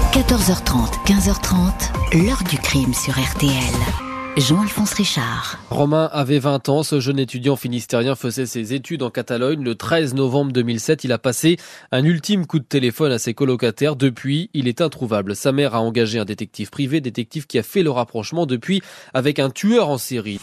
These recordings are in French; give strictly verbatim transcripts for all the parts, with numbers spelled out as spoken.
quatorze heures trente, quinze heures trente, l'heure du crime sur R T L. Jean-Alphonse Richard. Romain avait vingt ans. Ce jeune étudiant finistérien faisait ses études en Catalogne. Le treize novembre deux mille sept, il a passé un ultime coup de téléphone à ses colocataires. Depuis, il est introuvable. Sa mère a engagé un détective privé, détective qui a fait le rapprochement depuis avec un tueur en série.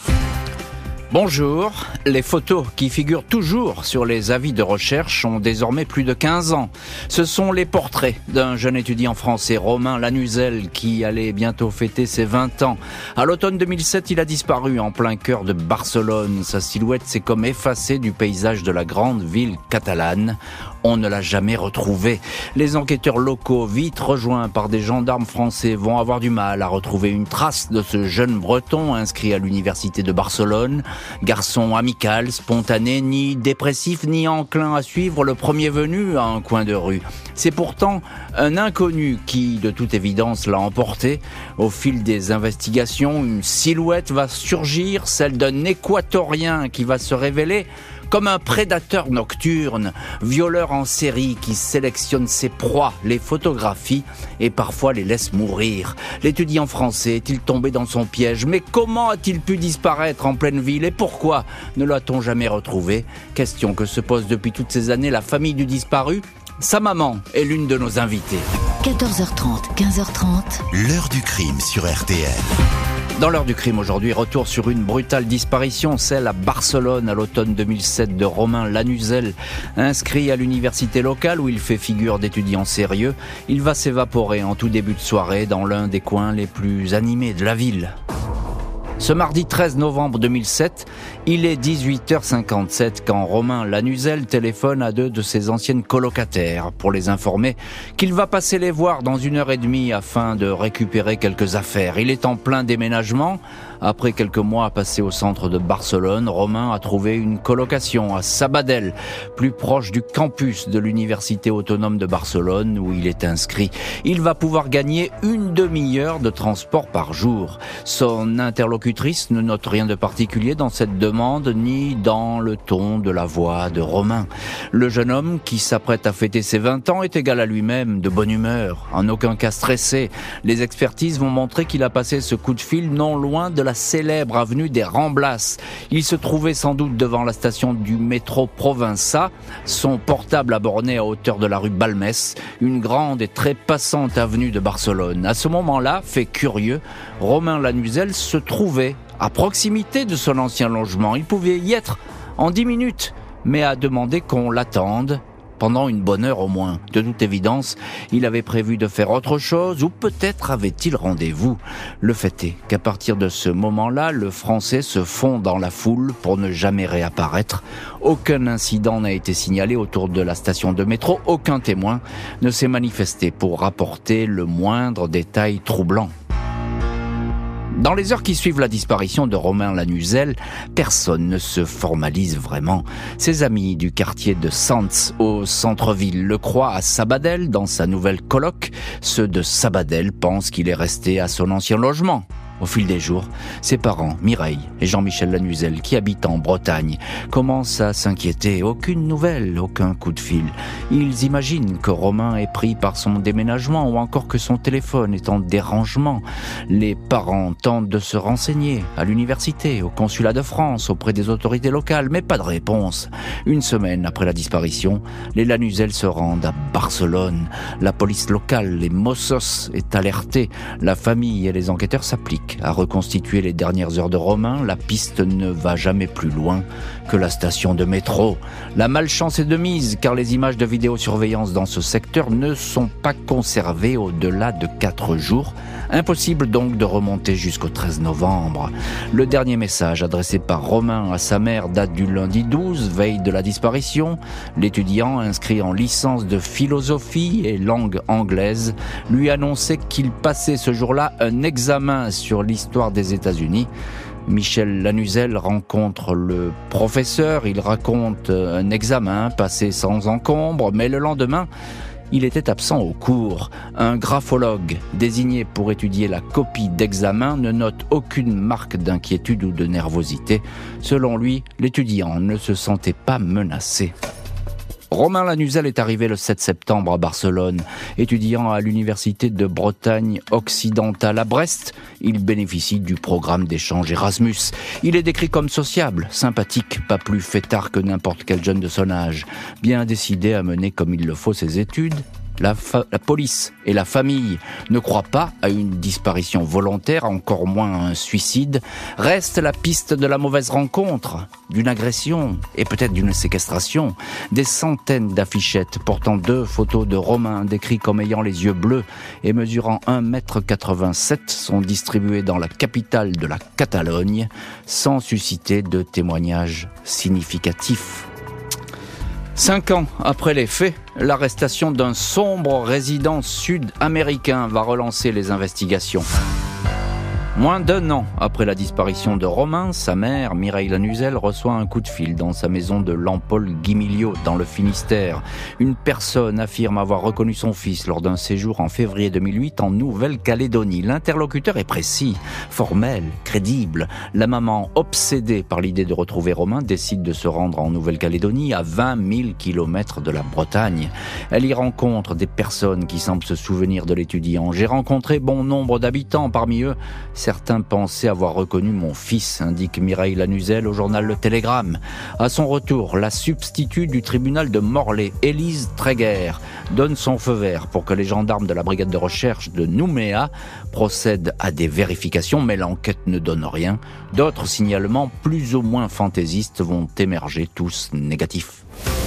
Bonjour, les photos qui figurent toujours sur les avis de recherche ont désormais plus de quinze ans. Ce sont les portraits d'un jeune étudiant français, Romain Lanuzel, qui allait bientôt fêter ses vingt ans. À l'automne deux mille sept, il a disparu en plein cœur de Barcelone. Sa silhouette s'est comme effacée du paysage de la grande ville catalane. On ne l'a jamais retrouvé. Les enquêteurs locaux, vite rejoints par des gendarmes français, vont avoir du mal à retrouver une trace de ce jeune breton inscrit à l'université de Barcelone. Garçon amical, spontané, ni dépressif, ni enclin à suivre le premier venu à un coin de rue. C'est pourtant un inconnu qui, de toute évidence, l'a emporté. Au fil des investigations, une silhouette va surgir, celle d'un équatorien qui va se révéler comme un prédateur nocturne, violeur en série qui sélectionne ses proies, les photographie et parfois les laisse mourir. L'étudiant français est-il tombé dans son piège? Mais comment a-t-il pu disparaître en pleine ville et pourquoi ne l'a-t-on jamais retrouvé? Question que se pose depuis toutes ces années la famille du disparu. Sa maman est l'une de nos invitées. quatorze heures trente, quinze heures trente. L'heure du crime sur R T L. Dans l'heure du crime aujourd'hui, retour sur une brutale disparition, celle à Barcelone à l'automne deux mille sept de Romain Lanuzel. Inscrit à l'université locale où il fait figure d'étudiant sérieux, il va s'évaporer en tout début de soirée dans l'un des coins les plus animés de la ville. Ce mardi treize novembre deux mille sept, il est dix-huit heures cinquante-sept quand Romain Lanuzel téléphone à deux de ses anciennes colocataires pour les informer qu'il va passer les voir dans une heure et demie afin de récupérer quelques affaires. Il est en plein déménagement. Après quelques mois passés au centre de Barcelone, Romain a trouvé une colocation à Sabadell, plus proche du campus de l'Université autonome de Barcelone où il est inscrit. Il va pouvoir gagner une demi-heure de transport par jour. Son interlocutrice ne note rien de particulier dans cette demande ni dans le ton de la voix de Romain. Le jeune homme qui s'apprête à fêter ses vingt ans est égal à lui-même, de bonne humeur, en aucun cas stressé. Les expertises vont montrer qu'il a passé ce coup de fil non loin de la célèbre avenue des Ramblas. Il se trouvait sans doute devant la station du métro Provença, son portable a borné à hauteur de la rue Balmès, une grande et très passante avenue de Barcelone. À ce moment-là, fait curieux, Romain Lanuzel se trouvait à proximité de son ancien logement. Il pouvait y être en dix minutes, mais a demandé qu'on l'attende pendant une bonne heure au moins. De toute évidence, il avait prévu de faire autre chose, ou peut-être avait-il rendez-vous. Le fait est qu'à partir de ce moment-là, le Français se fond dans la foule pour ne jamais réapparaître. Aucun incident n'a été signalé autour de la station de métro, aucun témoin ne s'est manifesté pour rapporter le moindre détail troublant. Dans les heures qui suivent la disparition de Romain Lanuzel, personne ne se formalise vraiment. Ses amis du quartier de Sants au centre-ville le croient à Sabadell dans sa nouvelle coloc. Ceux de Sabadell pensent qu'il est resté à son ancien logement. Au fil des jours, ses parents, Mireille et Jean-Michel Lanuzel, qui habitent en Bretagne, commencent à s'inquiéter. Aucune nouvelle, aucun coup de fil. Ils imaginent que Romain est pris par son déménagement ou encore que son téléphone est en dérangement. Les parents tentent de se renseigner à l'université, au consulat de France, auprès des autorités locales, mais pas de réponse. Une semaine après la disparition, les Lanuzel se rendent à Barcelone. La police locale, les Mossos, est alertée. La famille et les enquêteurs s'appliquent à reconstituer les dernières heures de Romain. La piste ne va jamais plus loin que la station de métro. La malchance est de mise car les images de vidéosurveillance dans ce secteur ne sont pas conservées au-delà de quatre jours. Impossible donc de remonter jusqu'au treize novembre. Le dernier message adressé par Romain à sa mère date du lundi douze, veille de la disparition. L'étudiant, inscrit en licence de philosophie et langue anglaise, lui annonçait qu'il passait ce jour-là un examen sur l'histoire des États-Unis. Michel Lanuzel rencontre le professeur, il raconte un examen passé sans encombre, mais le lendemain, il était absent au cours. Un graphologue désigné pour étudier la copie d'examen ne note aucune marque d'inquiétude ou de nervosité. Selon lui, l'étudiant ne se sentait pas menacé. Romain Lanuzel est arrivé le sept septembre à Barcelone, étudiant à l'université de Bretagne occidentale à Brest. Il bénéficie du programme d'échange Erasmus. Il est décrit comme sociable, sympathique, pas plus fêtard que n'importe quel jeune de son âge, bien décidé à mener comme il le faut ses études. La, fa- la police et la famille ne croient pas à une disparition volontaire, encore moins à un suicide. Reste la piste de la mauvaise rencontre, d'une agression et peut-être d'une séquestration. Des centaines d'affichettes portant deux photos de Romain décrits comme ayant les yeux bleus et mesurant un mètre quatre-vingt-sept sont distribuées dans la capitale de la Catalogne sans susciter de témoignages significatifs. Cinq ans après les faits, l'arrestation d'un sombre résident sud-américain va relancer les investigations. Moins d'un an après la disparition de Romain, sa mère, Mireille Lanuzel, reçoit un coup de fil dans sa maison de Lampol-Guimiliau, dans le Finistère. Une personne affirme avoir reconnu son fils lors d'un séjour en février deux mille huit en Nouvelle-Calédonie. L'interlocuteur est précis, formel, crédible. La maman, obsédée par l'idée de retrouver Romain, décide de se rendre en Nouvelle-Calédonie, à vingt mille kilomètres de la Bretagne. Elle y rencontre des personnes qui semblent se souvenir de l'étudiant. J'ai rencontré bon nombre d'habitants, parmi eux certains pensaient avoir reconnu mon fils, indique Mireille Lanuzel au journal Le Télégramme. À son retour, la substitut du tribunal de Morlaix, Élise Tréguer, donne son feu vert pour que les gendarmes de la brigade de recherche de Nouméa procèdent à des vérifications, mais l'enquête ne donne rien. D'autres signalements plus ou moins fantaisistes vont émerger, tous négatifs.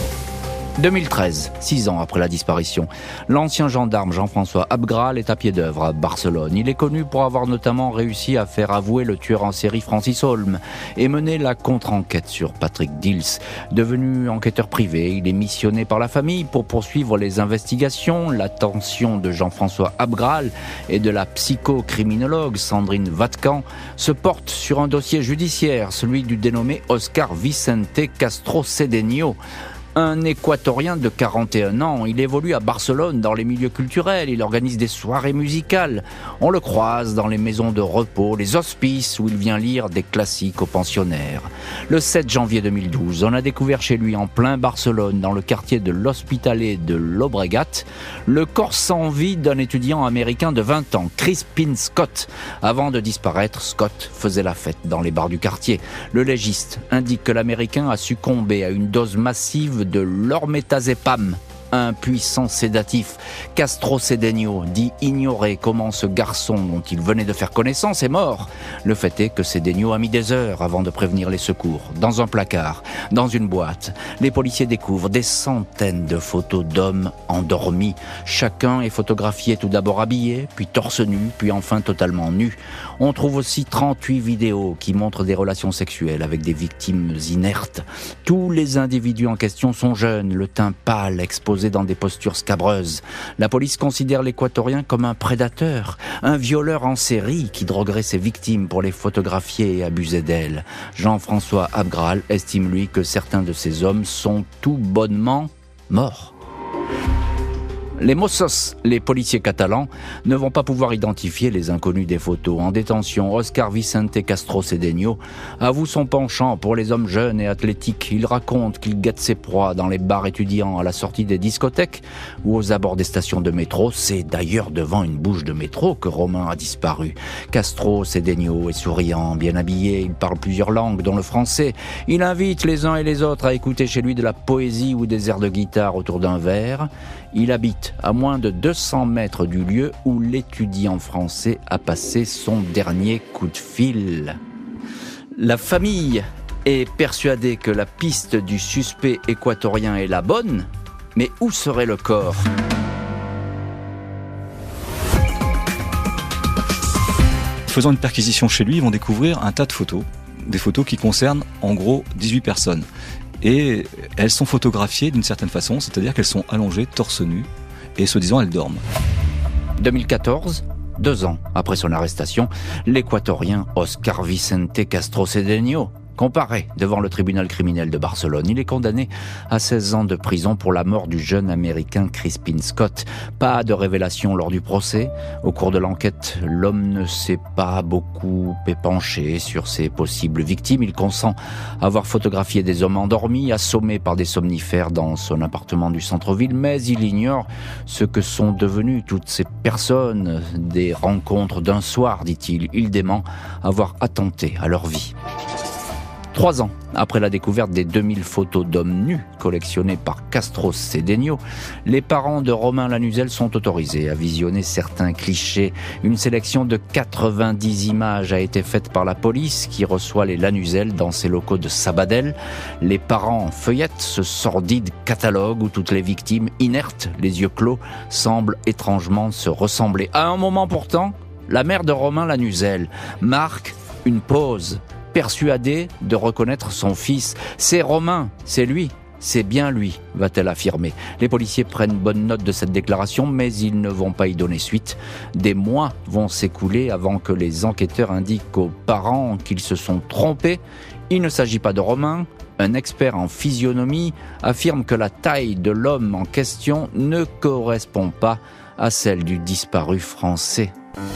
deux mille treize, six ans après la disparition, l'ancien gendarme Jean-François Abgral est à pied d'œuvre à Barcelone. Il est connu pour avoir notamment réussi à faire avouer le tueur en série Francis Holm et mener la contre-enquête sur Patrick Dils. Devenu enquêteur privé, il est missionné par la famille pour poursuivre les investigations. L'attention de Jean-François Abgral et de la psychocriminologue Sandrine Vatkan se porte sur un dossier judiciaire, celui du dénommé Oscar Vicente Castro Cedeño. Un équatorien de quarante et un ans, il évolue à Barcelone dans les milieux culturels, il organise des soirées musicales. On le croise dans les maisons de repos, les hospices où il vient lire des classiques aux pensionnaires. Le sept janvier deux mille douze, on a découvert chez lui en plein Barcelone, dans le quartier de l'Hospitalet de Llobregat, le corps sans vie d'un étudiant américain de vingt ans, Crispin Scott. Avant de disparaître, Scott faisait la fête dans les bars du quartier. Le légiste indique que l'Américain a succombé à une dose massive de l'ormétazépam, un puissant sédatif. Castro Cedeño dit ignorer comment ce garçon dont il venait de faire connaissance est mort. Le fait est que Cedeño a mis des heures avant de prévenir les secours. Dans un placard, dans une boîte, les policiers découvrent des centaines de photos d'hommes endormis. Chacun est photographié tout d'abord habillé, puis torse nu, puis enfin totalement nu. On trouve aussi trente-huit vidéos qui montrent des relations sexuelles avec des victimes inertes. Tous les individus en question sont jeunes, le teint pâle, exposé dans des postures scabreuses. La police considère l'Équatorien comme un prédateur, un violeur en série qui droguerait ses victimes pour les photographier et abuser d'elles. Jean-François Abgral estime, lui, que certains de ces hommes sont tout bonnement morts. Les Mossos, les policiers catalans, ne vont pas pouvoir identifier les inconnus des photos. En détention, Oscar Vicente Castro Cedeño avoue son penchant pour les hommes jeunes et athlétiques. Il raconte qu'il guette ses proies dans les bars étudiants à la sortie des discothèques ou aux abords des stations de métro. C'est d'ailleurs devant une bouche de métro que Romain a disparu. Castro Cedeño est souriant, bien habillé, il parle plusieurs langues, dont le français. Il invite les uns et les autres à écouter chez lui de la poésie ou des airs de guitare autour d'un verre. Il habite à moins de deux cents mètres du lieu où l'étudiant français a passé son dernier coup de fil. La famille est persuadée que la piste du suspect équatorien est la bonne, mais où serait le corps ? Faisant une perquisition chez lui, ils vont découvrir un tas de photos, des photos qui concernent en gros dix-huit personnes. Et elles sont photographiées d'une certaine façon, c'est-à-dire qu'elles sont allongées, torse nu, et soi-disant elles dorment. deux mille quatorze, deux ans après son arrestation, l'Équatorien Oscar Vicente Castro Cedeño comparaît devant le tribunal criminel de Barcelone. Il est condamné à seize ans de prison pour la mort du jeune américain Crispin Scott. Pas de révélation lors du procès. Au cours de l'enquête, l'homme ne s'est pas beaucoup épanché sur ses possibles victimes. Il consent avoir photographié des hommes endormis, assommés par des somnifères dans son appartement du centre-ville, mais il ignore ce que sont devenues toutes ces personnes, des rencontres d'un soir, dit-il. Il dément avoir attenté à leur vie. Trois ans après la découverte des deux mille photos d'hommes nus collectionnées par Castro Cedeno, les parents de Romain Lanuzel sont autorisés à visionner certains clichés. Une sélection de quatre-vingt-dix images a été faite par la police qui reçoit les Lanuzel dans ses locaux de Sabadell. Les parents feuillettent ce sordide catalogue où toutes les victimes, inertes, les yeux clos, semblent étrangement se ressembler. À un moment pourtant, la mère de Romain Lanuzel marque une pause, persuadée de reconnaître son fils. C'est Romain, c'est lui, c'est bien lui, va-t-elle affirmer. Les policiers prennent bonne note de cette déclaration, mais ils ne vont pas y donner suite. Des mois vont s'écouler avant que les enquêteurs indiquent aux parents qu'ils se sont trompés. Il ne s'agit pas de Romain. Un expert en physionomie affirme que la taille de l'homme en question ne correspond pas à celle du disparu français.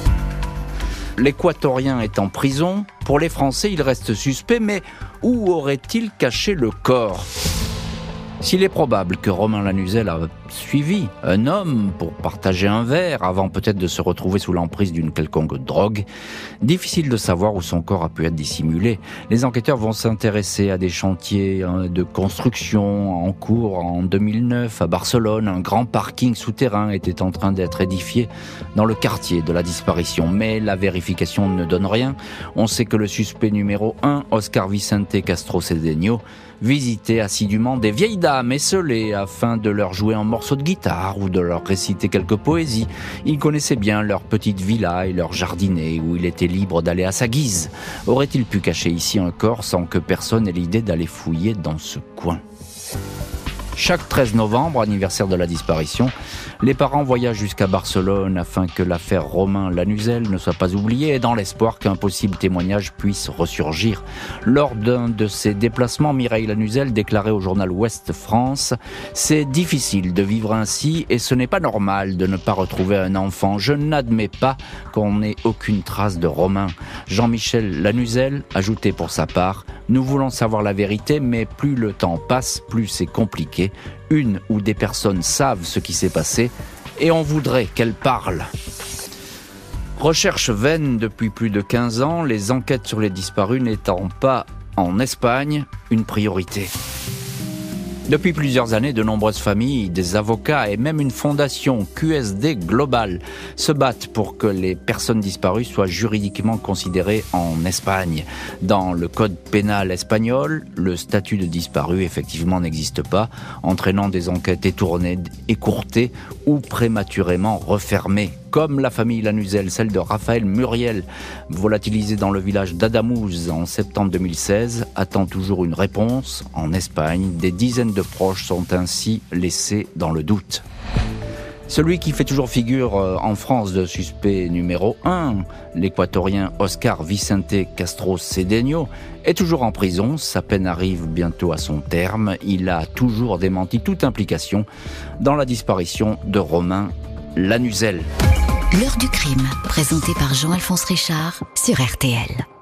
L'Équatorien est en prison. Pour les Français, il reste suspect, mais où aurait-il caché le corps ? S'il est probable que Romain Lanuzel a suivi un homme pour partager un verre avant peut-être de se retrouver sous l'emprise d'une quelconque drogue, difficile de savoir où son corps a pu être dissimulé. Les enquêteurs vont s'intéresser à des chantiers de construction en cours en deux mille neuf à Barcelone. Un grand parking souterrain était en train d'être édifié dans le quartier de la disparition. Mais la vérification ne donne rien. On sait que le suspect numéro un, Oscar Vicente Castro Cedeno, visitait assidûment des vieilles dames esselées afin de leur jouer un morceau de guitare ou de leur réciter quelques poésies. Il connaissait bien leur petite villa et leur jardinet où il était libre d'aller à sa guise. Aurait-il pu cacher ici un corps sans que personne ait l'idée d'aller fouiller dans ce coin ? Chaque treize novembre, anniversaire de la disparition, les parents voyagent jusqu'à Barcelone afin que l'affaire Romain Lanuzel ne soit pas oubliée et dans l'espoir qu'un possible témoignage puisse ressurgir. Lors d'un de ces déplacements, Mireille Lanuzel déclarait au journal Ouest France « C'est difficile de vivre ainsi et ce n'est pas normal de ne pas retrouver un enfant. Je n'admets pas qu'on n'ait aucune trace de Romain. » Jean-Michel Lanuzel ajoutait pour sa part « Nous voulons savoir la vérité, mais plus le temps passe, plus c'est compliqué. Une ou des personnes savent ce qui s'est passé et on voudrait qu'elles parlent. » Recherche vaine depuis plus de quinze ans, les enquêtes sur les disparus n'étant pas, en Espagne, une priorité. Depuis plusieurs années, de nombreuses familles, des avocats et même une fondation Q S D Global se battent pour que les personnes disparues soient juridiquement considérées en Espagne. Dans le code pénal espagnol, le statut de disparu effectivement n'existe pas, entraînant des enquêtes étournées, écourtées ou prématurément refermées. Comme la famille Lanuzel, celle de Raphaël Muriel, volatilisé dans le village d'Adamuz en septembre deux mille seize, attend toujours une réponse. En Espagne, des dizaines de proches sont ainsi laissés dans le doute. Celui qui fait toujours figure en France de suspect numéro un, l'Équatorien Oscar Vicente Castro Cedeno, est toujours en prison. Sa peine arrive bientôt à son terme. Il a toujours démenti toute implication dans la disparition de Romain Lanuzel. L'heure du crime, présenté par Jean-Alphonse Richard sur R T L.